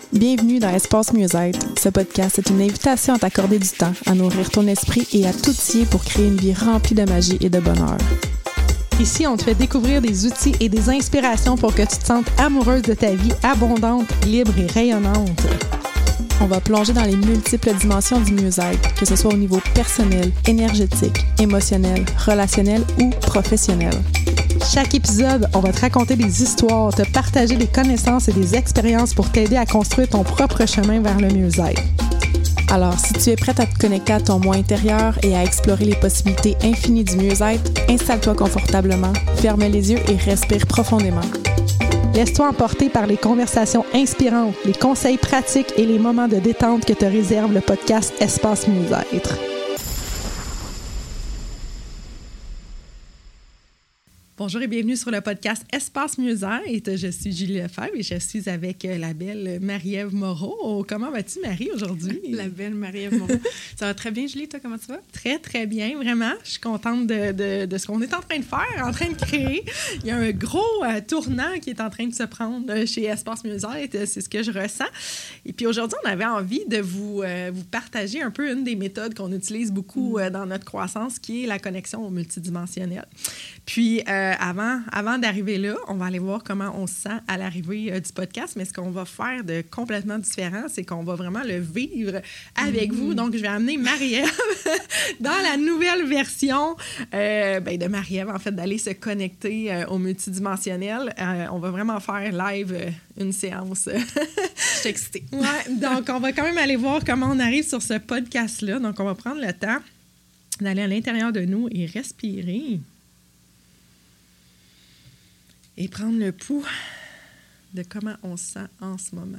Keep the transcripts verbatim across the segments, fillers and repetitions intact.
Bienvenue dans Espace Mieux-être. Ce podcast est une invitation à t'accorder du temps, à nourrir ton esprit et à t'outiller pour créer une vie remplie de magie et de bonheur. Ici, on te fait découvrir des outils et des inspirations pour que tu te sentes amoureuse de ta vie, abondante, libre et rayonnante. On va plonger dans les multiples dimensions du mieux-être, que ce soit au niveau personnel, énergétique, émotionnel, relationnel ou professionnel. Chaque épisode, on va te raconter des histoires, te partager des connaissances et des expériences pour t'aider à construire ton propre chemin vers le mieux-être. Alors, si tu es prête à te connecter à ton moi intérieur et à explorer les possibilités infinies du mieux-être, installe-toi confortablement, ferme les yeux et respire profondément. Laisse-toi emporter par les conversations inspirantes, les conseils pratiques et les moments de détente que te réserve le podcast Espace Mieux-être. Bonjour et bienvenue sur le podcast Espace Mieux-être. Je suis Julie Lefebvre et je suis avec la belle Marie-Ève Moreau. Comment vas-tu, Marie, aujourd'hui? La belle Marie-Ève Moreau. Ça va très bien, Julie. Toi, comment tu vas? Très, très bien, vraiment. Je suis contente de, de, de ce qu'on est en train de faire, en train de créer. Il y a un gros euh, tournant qui est en train de se prendre chez Espace Mieux-être. C'est ce que je ressens. Et puis aujourd'hui, on avait envie de vous, euh, vous partager un peu une des méthodes qu'on utilise beaucoup euh, dans notre croissance, qui est la connexion au multidimensionnel. Puis, euh, avant, avant d'arriver là, on va aller voir comment on se sent à l'arrivée euh, du podcast, mais ce qu'on va faire de complètement différent, c'est qu'on va vraiment le vivre avec mmh. vous. Donc, je vais amener Marie-Ève dans la nouvelle version euh, ben de Marie-Ève, en fait, d'aller se connecter euh, au multidimensionnel. Euh, on va vraiment faire live euh, une séance. Je suis excitée. Ouais, donc, on va quand même aller voir comment on arrive sur ce podcast-là. Donc, on va prendre le temps d'aller à l'intérieur de nous et respirer. Et prendre le pouls de comment on se sent en ce moment.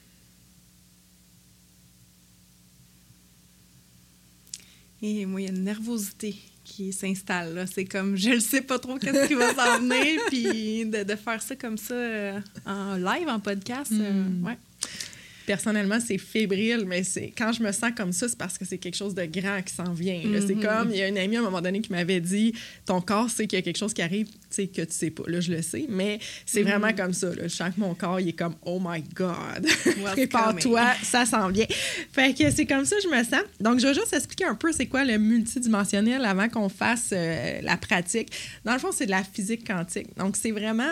Et moi, il y a une nervosité qui s'installe, là. C'est comme, je ne sais pas trop qu'est-ce qui va s'en venir, puis de, de faire ça comme ça euh, en live, en podcast, mm. euh, ouais. Personnellement, c'est fébrile, mais c'est quand je me sens comme ça, c'est parce que c'est quelque chose de grand qui s'en vient. Là. Mm-hmm. C'est comme, il y a une amie à un moment donné qui m'avait dit, ton corps sait qu'il y a quelque chose qui arrive, tu sais, que tu sais pas. Là, je le sais, mais c'est mm-hmm. vraiment comme ça. Là. Je sens que mon corps, il est comme, oh my God, prépare-toi, ça s'en vient. Fait que c'est comme ça que je me sens. Donc, je vais juste expliquer un peu c'est quoi le multidimensionnel avant qu'on fasse euh, la pratique. Dans le fond, c'est de la physique quantique. Donc, c'est vraiment...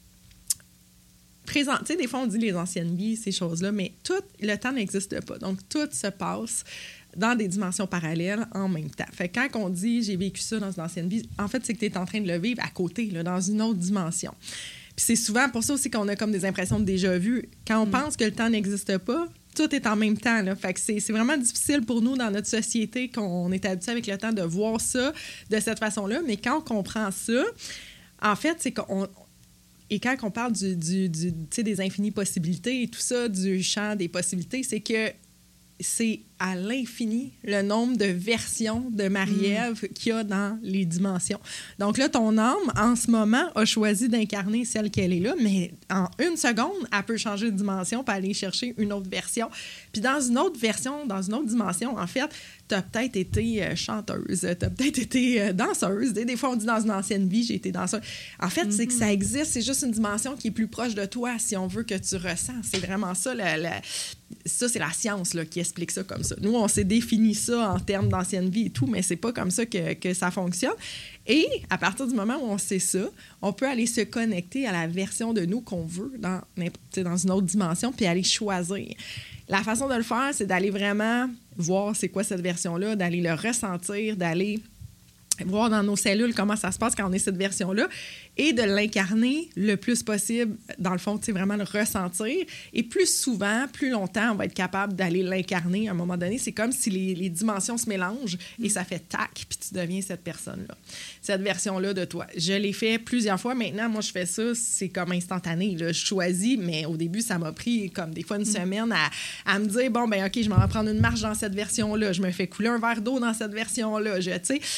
Présent, tu sais, des fois, on dit les anciennes vies, ces choses-là, mais tout le temps n'existe pas. Donc, tout se passe dans des dimensions parallèles en même temps. Fait que quand on dit « j'ai vécu ça dans une ancienne vie », en fait, c'est que tu es en train de le vivre à côté, là, dans une autre dimension. Puis c'est souvent pour ça aussi qu'on a comme des impressions de déjà-vu. Quand on mm. pense que le temps n'existe pas, tout est en même temps. Là. Fait que c'est, c'est vraiment difficile pour nous dans notre société qu'on est habitué avec le temps de voir ça de cette façon-là. Mais quand on comprend ça, en fait, c'est qu'on... Et quand on parle du, du, du, tu sais, des infinies possibilités et tout ça, du champ des possibilités, c'est que c'est à l'infini le nombre de versions de Marie-Ève mm. qu'il y a dans les dimensions. Donc là, ton âme, en ce moment, a choisi d'incarner celle qu'elle est là, mais en une seconde, elle peut changer de dimension pour aller chercher une autre version. Puis dans une autre version, dans une autre dimension, en fait, tu as peut-être été euh, chanteuse, tu as peut-être été euh, danseuse. Des, des fois, on dit dans une ancienne vie, j'ai été danseuse. En fait, mm-hmm. c'est que ça existe, c'est juste une dimension qui est plus proche de toi, si on veut que tu ressens. C'est vraiment ça, la, la, ça c'est la science là, qui explique ça comme ça. Nous, on s'est défini ça en termes d'ancienne vie et tout, mais c'est pas comme ça que, que ça fonctionne. Et à partir du moment où on sait ça, on peut aller se connecter à la version de nous qu'on veut dans, dans une autre dimension, puis aller choisir. La façon de le faire, c'est d'aller vraiment voir c'est quoi cette version-là, d'aller le ressentir, d'aller voir dans nos cellules comment ça se passe quand on est cette version-là et de l'incarner le plus possible, dans le fond, tu sais, vraiment le ressentir. Et plus souvent, plus longtemps, on va être capable d'aller l'incarner à un moment donné. C'est comme si les, les dimensions se mélangent et ça fait tac, puis tu deviens cette personne-là, cette version-là de toi. Je l'ai fait plusieurs fois. Maintenant, moi, je fais ça, c'est comme instantané. Là. Je choisis, mais au début, ça m'a pris comme des fois une semaine à, à me dire, bon, ben OK, je m'en vais prendre une marche dans cette version-là. Je me fais couler un verre d'eau dans cette version-là. Je, tu sais, puis des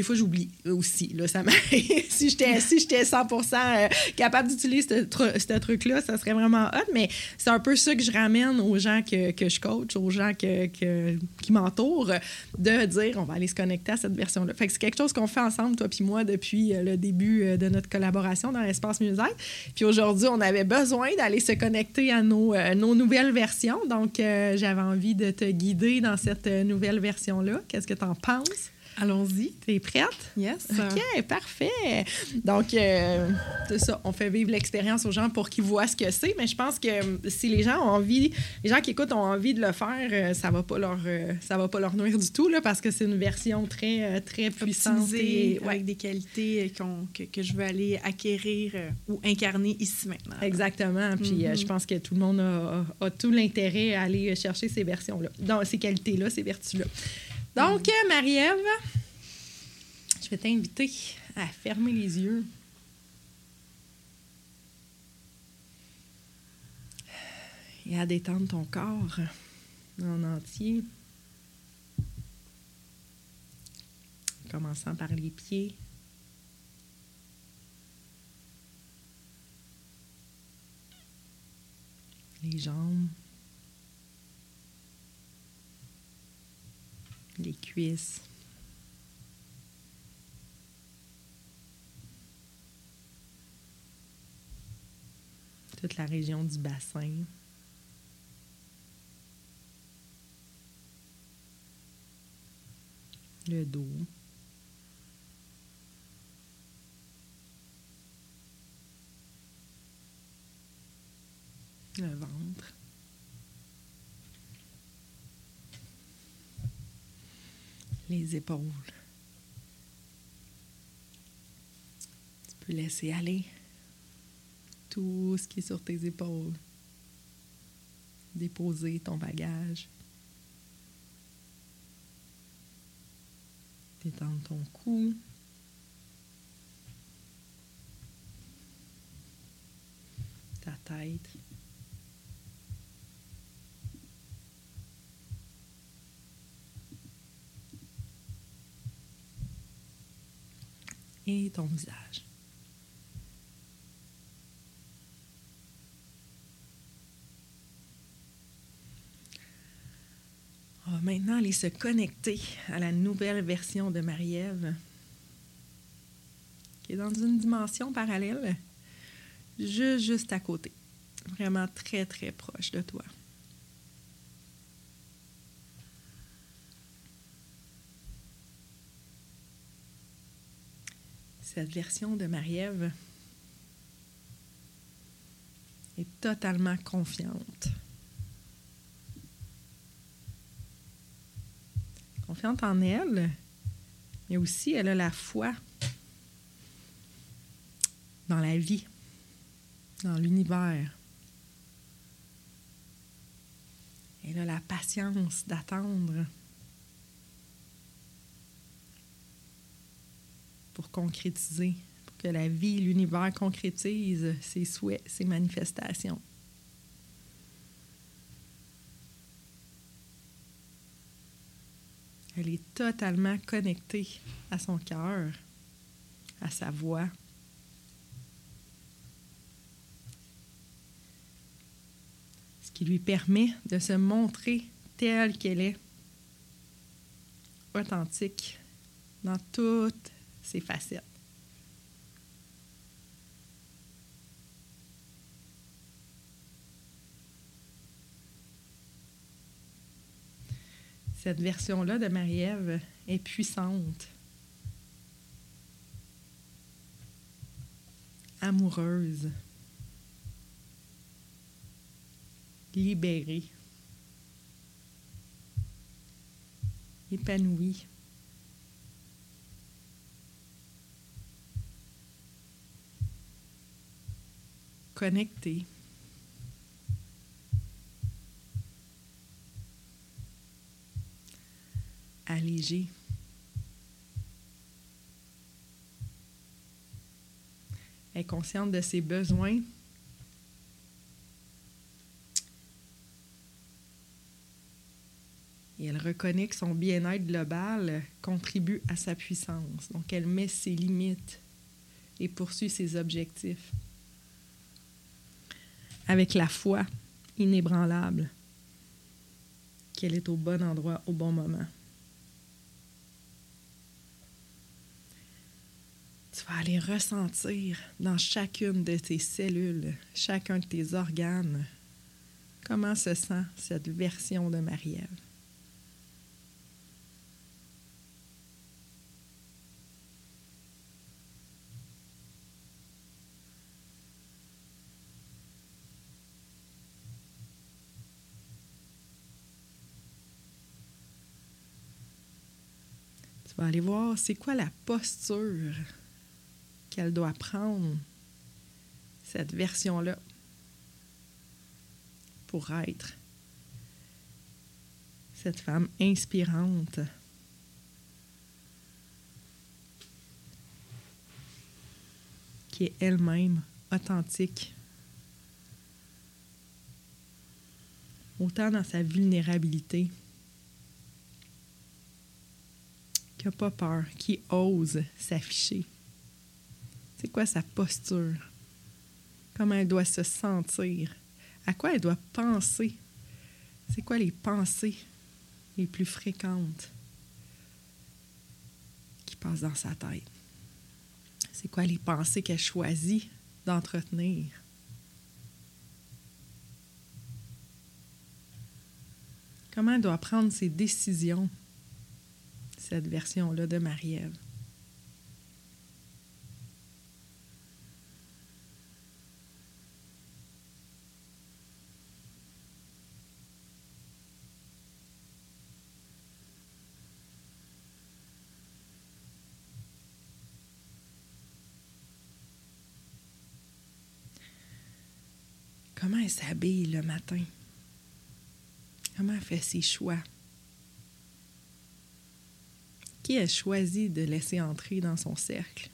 fois, j'oublie aussi. Là, ça si j'étais si j'étais cent pour cent capable d'utiliser ce, tr- ce truc-là, ça serait vraiment hot. Mais c'est un peu ça que je ramène aux gens que, que je coach, aux gens que, que, qui m'entourent, de dire on va aller se connecter à cette version-là. Fait que c'est quelque chose qu'on fait ensemble, toi puis moi, depuis le début de notre collaboration dans l'espace mieux-être. Puis aujourd'hui, on avait besoin d'aller se connecter à nos, nos nouvelles versions. Donc, euh, j'avais envie de te guider dans cette nouvelle version-là. Qu'est-ce que tu en penses? Allons-y. T'es prête? Yes. OK, parfait. Donc, euh, c'est ça. On fait vivre l'expérience aux gens pour qu'ils voient ce que c'est. Mais je pense que si les gens ont envie, les gens qui écoutent ont envie de le faire, ça va pas leur, ça va pas leur nuire du tout, là, parce que c'est une version très, très puissante. Et, ouais. Avec des qualités qu'on, que, que je veux aller acquérir euh, ou incarner ici maintenant. Exactement. Puis mm-hmm. euh, je pense que tout le monde a, a, a tout l'intérêt à aller chercher ces versions-là, dans ces qualités-là, ces vertus-là. Donc, mmh. Marie-Ève, je vais t'inviter à fermer les yeux. Et à détendre ton corps en entier. Commençant par les pieds. Les jambes. Les cuisses. Toute la région du bassin. Le dos. Le ventre. Les épaules. Tu peux laisser aller tout ce qui est sur tes épaules. Déposer ton bagage. Détendre ton cou. Ta tête. Et ton visage. On va maintenant aller se connecter à la nouvelle version de Marie-Ève, qui est dans une dimension parallèle, juste, juste à côté. Vraiment très, très proche de toi. Cette version de Marie-Ève est totalement confiante. Confiante en elle, mais aussi elle a la foi dans la vie, dans l'univers. Elle a la patience d'attendre pour concrétiser, pour que la vie, l'univers concrétise ses souhaits, ses manifestations. Elle est totalement connectée à son cœur, à sa voix. Ce qui lui permet de se montrer telle qu'elle est, authentique, dans toutes ses facettes. Cette version-là de Marie-Ève est puissante, amoureuse, libérée, épanouie. Connectée. Allégée. Elle est consciente de ses besoins. Et elle reconnaît que son bien-être global contribue à sa puissance. Donc, elle met ses limites et poursuit ses objectifs. Avec la foi inébranlable qu'elle est au bon endroit, au bon moment. Tu vas aller ressentir dans chacune de tes cellules, chacun de tes organes, comment se sent cette version de Marie-Ève. Tu vas aller voir c'est quoi la posture qu'elle doit prendre, cette version-là, pour être cette femme inspirante qui est elle-même authentique, autant dans sa vulnérabilité, qui n'a pas peur, qui ose s'afficher. C'est quoi sa posture? Comment elle doit se sentir? À quoi elle doit penser? C'est quoi les pensées les plus fréquentes qui passent dans sa tête? C'est quoi les pensées qu'elle choisit d'entretenir? Comment elle doit prendre ses décisions, cette version-là de Marie-Ève? Comment elle s'habille le matin? Comment elle fait ses choix? Qui elle choisit de laisser entrer dans son cercle?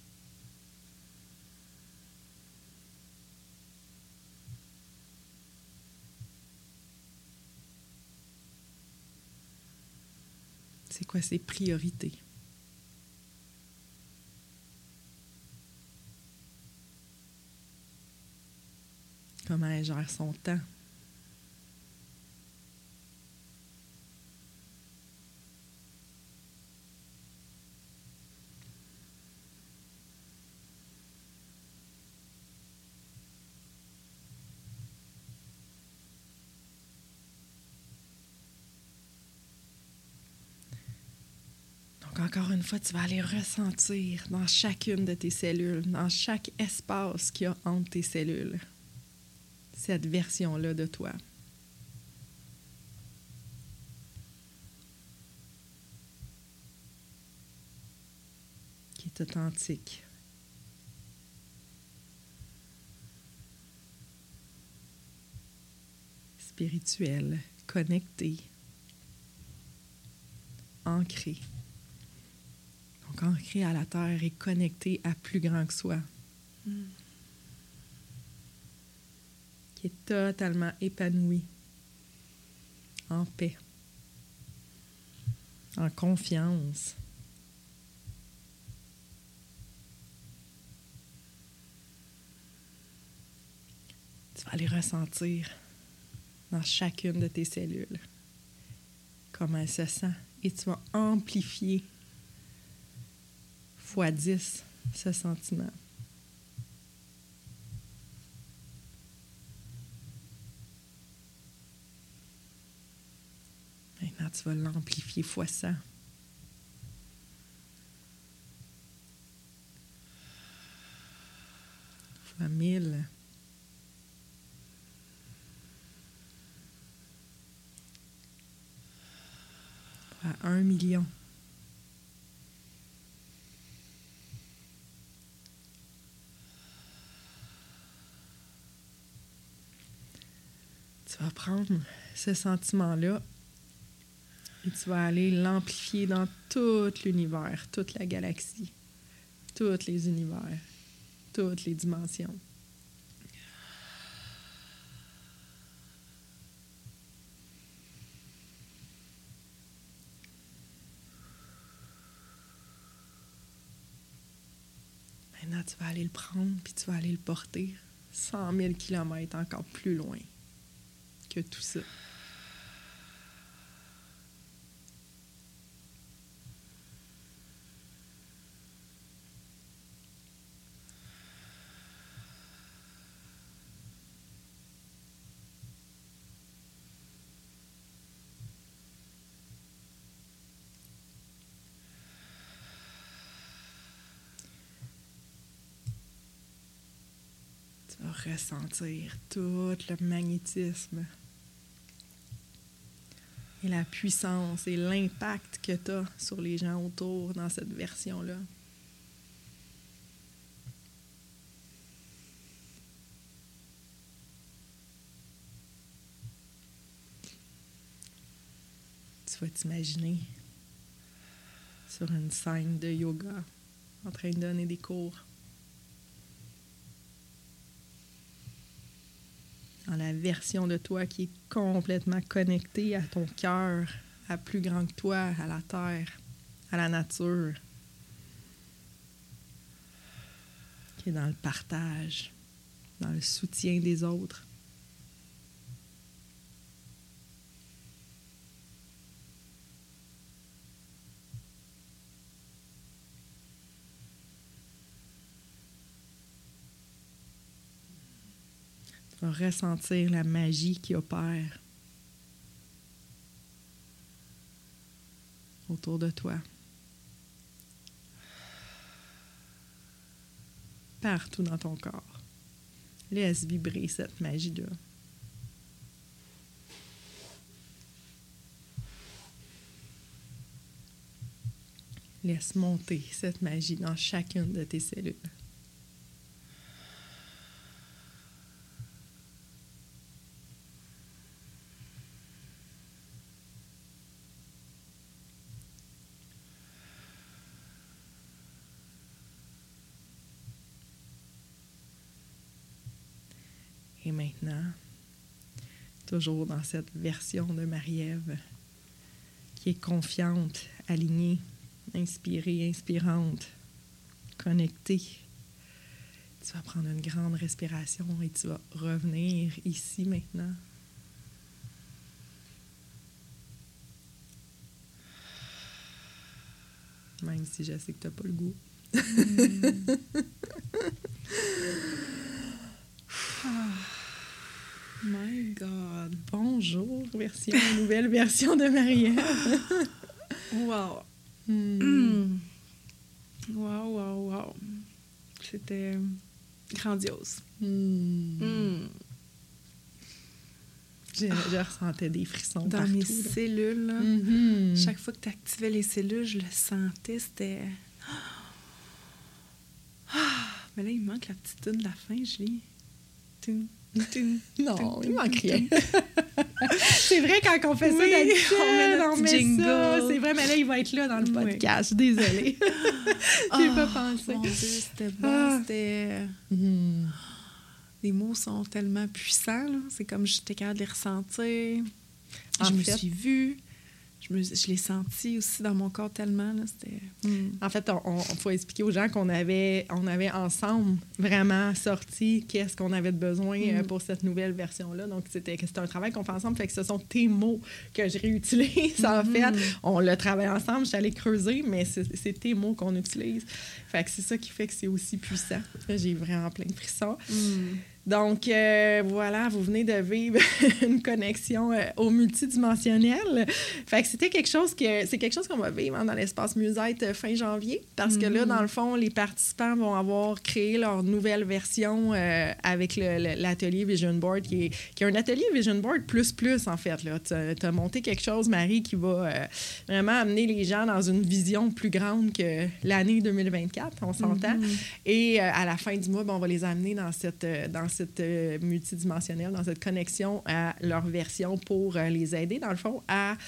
C'est quoi ses priorités? Comment elle gère son temps? Donc, encore une fois, tu vas aller ressentir dans chacune de tes cellules, dans chaque espace qu'il y a entre tes cellules, cette version-là de toi. Qui est authentique. Spirituelle, connectée, ancrée. Donc, ancrée à la terre et connectée à plus grand que soi. Mm. Qui est totalement épanouie, en paix, en confiance. Tu vas aller ressentir dans chacune de tes cellules comment elle se sent et tu vas amplifier fois dix ce sentiment. Maintenant, tu vas l'amplifier fois cent. Fois mille. Fois un million. Tu vas prendre ce sentiment-là et tu vas aller l'amplifier dans tout l'univers, toute la galaxie, tous les univers, toutes les dimensions. Maintenant, tu vas aller le prendre, puis tu vas aller le porter cent mille kilomètres encore plus loin que tout ça. Tu vas ressentir tout le magnétisme et la puissance et l'impact que tu as sur les gens autour dans cette version-là. Tu vas t'imaginer sur une scène de yoga en train de donner des cours. Dans la version de toi qui est complètement connectée à ton cœur, à plus grand que toi, à la terre, à la nature, qui est dans le partage, dans le soutien des autres. Tu vas ressentir la magie qui opère autour de toi. Partout dans ton corps. Laisse vibrer cette magie-là. Laisse monter cette magie dans chacune de tes cellules. Et maintenant, toujours dans cette version de Marie-Ève qui est confiante, alignée, inspirée, inspirante, connectée, tu vas prendre une grande respiration et tu vas revenir ici maintenant. Même si je sais que tu n'as pas le goût. Mm. My God. Bonjour, version, nouvelle version de Marie-Ève. Wow. Mm. Mm. Wow, wow, wow. C'était grandiose. Mm. Mm. Je, je ressentais des frissons dans partout. Mes là. cellules, là, Mm-hmm. chaque fois que tu activais les cellules, je le sentais, c'était... Ah! Mais là, il manque la petite toune de la fin, je lis. Toune, toune, Non, toune, il manque toune, rien. toune. C'est vrai, quand on fait ça Oui, d'habitude, on met notre on met jingle. ça. C'est vrai, mais là, il va être là dans le Oui. podcast. Désolée. J'ai Ah, pas pensé. Mon Dieu, c'était bon, Ah. c'était... Mm. Les mots sont tellement puissants, là. C'est comme j'étais capable de les ressentir. En je me fait- suis vue. Je, me, je l'ai senti aussi dans mon corps tellement, là. C'était... Mm. En fait, on, on faut expliquer aux gens qu'on avait, on avait ensemble vraiment sorti qu'est-ce qu'on avait de besoin Mm. euh, pour cette nouvelle version-là. Donc, c'était, c'était un travail qu'on fait ensemble. Fait que ce sont tes mots que je réutilise, en Mm-hmm. fait. On l'a travaillé ensemble, je suis allée creuser, mais c'est, c'est tes mots qu'on utilise. Fait que c'est ça qui fait que c'est aussi puissant. Là, j'ai vraiment plein de frissons. Mm. Donc, euh, voilà, vous venez de vivre une connexion euh, au multidimensionnel. Fait que c'était quelque chose que c'est quelque chose qu'on va vivre hein, dans l'espace Musette euh, fin janvier, parce que là, Mhm. dans le fond, les participants vont avoir créé leur nouvelle version euh, avec le- le- l'atelier Vision Board, qui est, qui est un atelier Vision Board plus plus, en fait. Tu as monté quelque chose, Marie, qui va euh, vraiment amener les gens dans une vision plus grande que l'année deux mille vingt-quatre, on s'entend. Mhm. Et euh, à la fin du mois, ben, on va les amener dans cette, euh, dans cette euh, multidimensionnelle, dans cette connexion à leur version pour euh, les aider, dans le fond, à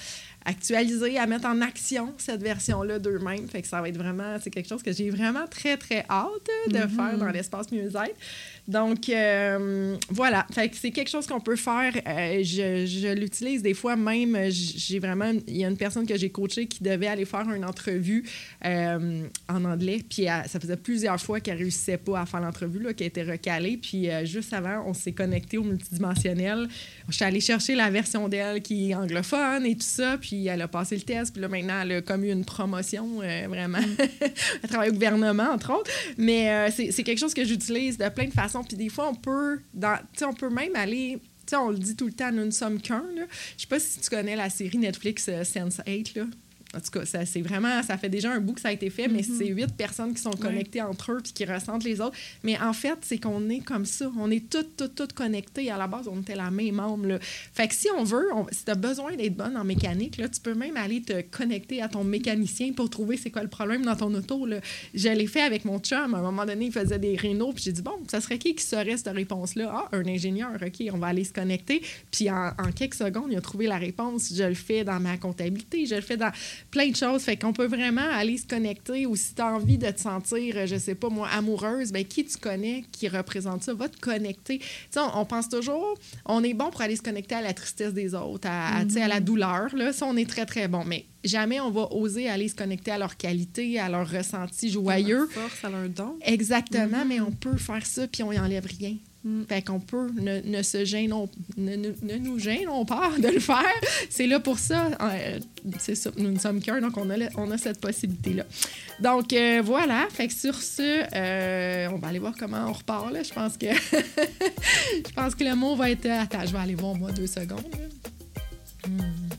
actualiser, à mettre en action cette version-là d'eux-mêmes. Fait que ça va être vraiment, c'est quelque chose que j'ai vraiment très, très hâte de mm-hmm. faire dans l'espace mieux-être. Donc, euh, voilà. Fait que c'est quelque chose qu'on peut faire. Euh, je, je l'utilise des fois même. J'ai vraiment... Il y a une personne que j'ai coachée qui devait aller faire une entrevue euh, en anglais. Puis elle, ça faisait plusieurs fois qu'elle ne réussissait pas à faire l'entrevue, là, qu'elle était recalée. Puis euh, juste avant, on s'est connecté au multidimensionnel. Je suis allée chercher la version d'elle qui est anglophone et tout ça. Puis elle a passé le test. Puis là, maintenant, elle a comme eu une promotion, euh, vraiment. Elle travaille au gouvernement, entre autres. Mais euh, c'est, c'est quelque chose que j'utilise de plein de façons. Puis des fois, on peut, dans, on peut même aller... Tu sais, on le dit tout le temps, nous ne sommes qu'un. Je ne sais pas si tu connais la série Netflix euh, sense eight, là. En tout cas, ça, c'est vraiment, ça fait déjà un bout que ça a été fait, mais mm-hmm. c'est huit personnes qui sont connectées ouais. entre eux puis qui ressentent les autres. Mais en fait, c'est qu'on est comme ça. On est toutes, toutes, toutes connectées. À la base, on était la même âme, là. Fait que si on veut, on, si tu as besoin d'être bonne en mécanique, là, tu peux même aller te connecter à ton mécanicien pour trouver c'est quoi le problème dans ton auto, là. Je l'ai fait avec mon chum. À un moment donné, il faisait des rénaux, puis j'ai dit, bon, ça serait qui qui saurait cette réponse-là? Ah, un ingénieur, OK, on va aller se connecter. Puis en, en quelques secondes, il a trouvé la réponse. Je le fais dans ma comptabilité, je le fais dans plein de choses. Fait qu'on peut vraiment aller se connecter, ou si tu as envie de te sentir, je sais pas moi, amoureuse, bien, qui tu connais qui représente ça, va te connecter. Tu sais, on, on pense toujours, on est bon pour aller se connecter à la tristesse des autres, à, mm-hmm. tu sais, à la douleur, là, ça, on est très, très bon, mais jamais on va oser aller se connecter à leur qualité, à leur ressenti joyeux. À leur force, à leur don. Exactement, mm-hmm. mais on peut faire ça, puis on n'y enlève rien. Mm. Fait qu'on peut, ne, ne se gênons, ne, ne, ne nous gênons pas de le faire. C'est là pour ça. Euh, c'est ça, nous ne sommes qu'un, donc on a, le, on a cette possibilité-là. Donc, euh, voilà. Fait que sur ce, euh, on va aller voir comment on repart, là. Je pense que je pense que le mot va être... Attends, je vais aller voir, moi, deux secondes. Hmm.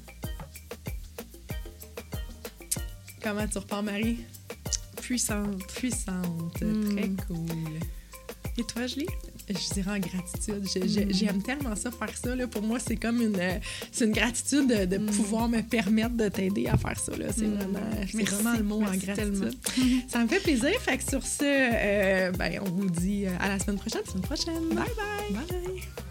Comment tu repars, Marie? Puissante. Puissante. Mm. Très cool. Et toi, Julie? Je dirais en gratitude. Je, je, j'aime tellement ça, faire ça. Là. Pour moi, c'est comme une, c'est une gratitude de, de mm. pouvoir me permettre de t'aider à faire ça. Là. C'est, mm. vraiment, c'est merci, vraiment le mot en gratitude. Tellement. Ça me fait plaisir. Fait que sur ce, euh, ben, on vous dit à la semaine prochaine. La semaine prochaine. Bye bye. Bye.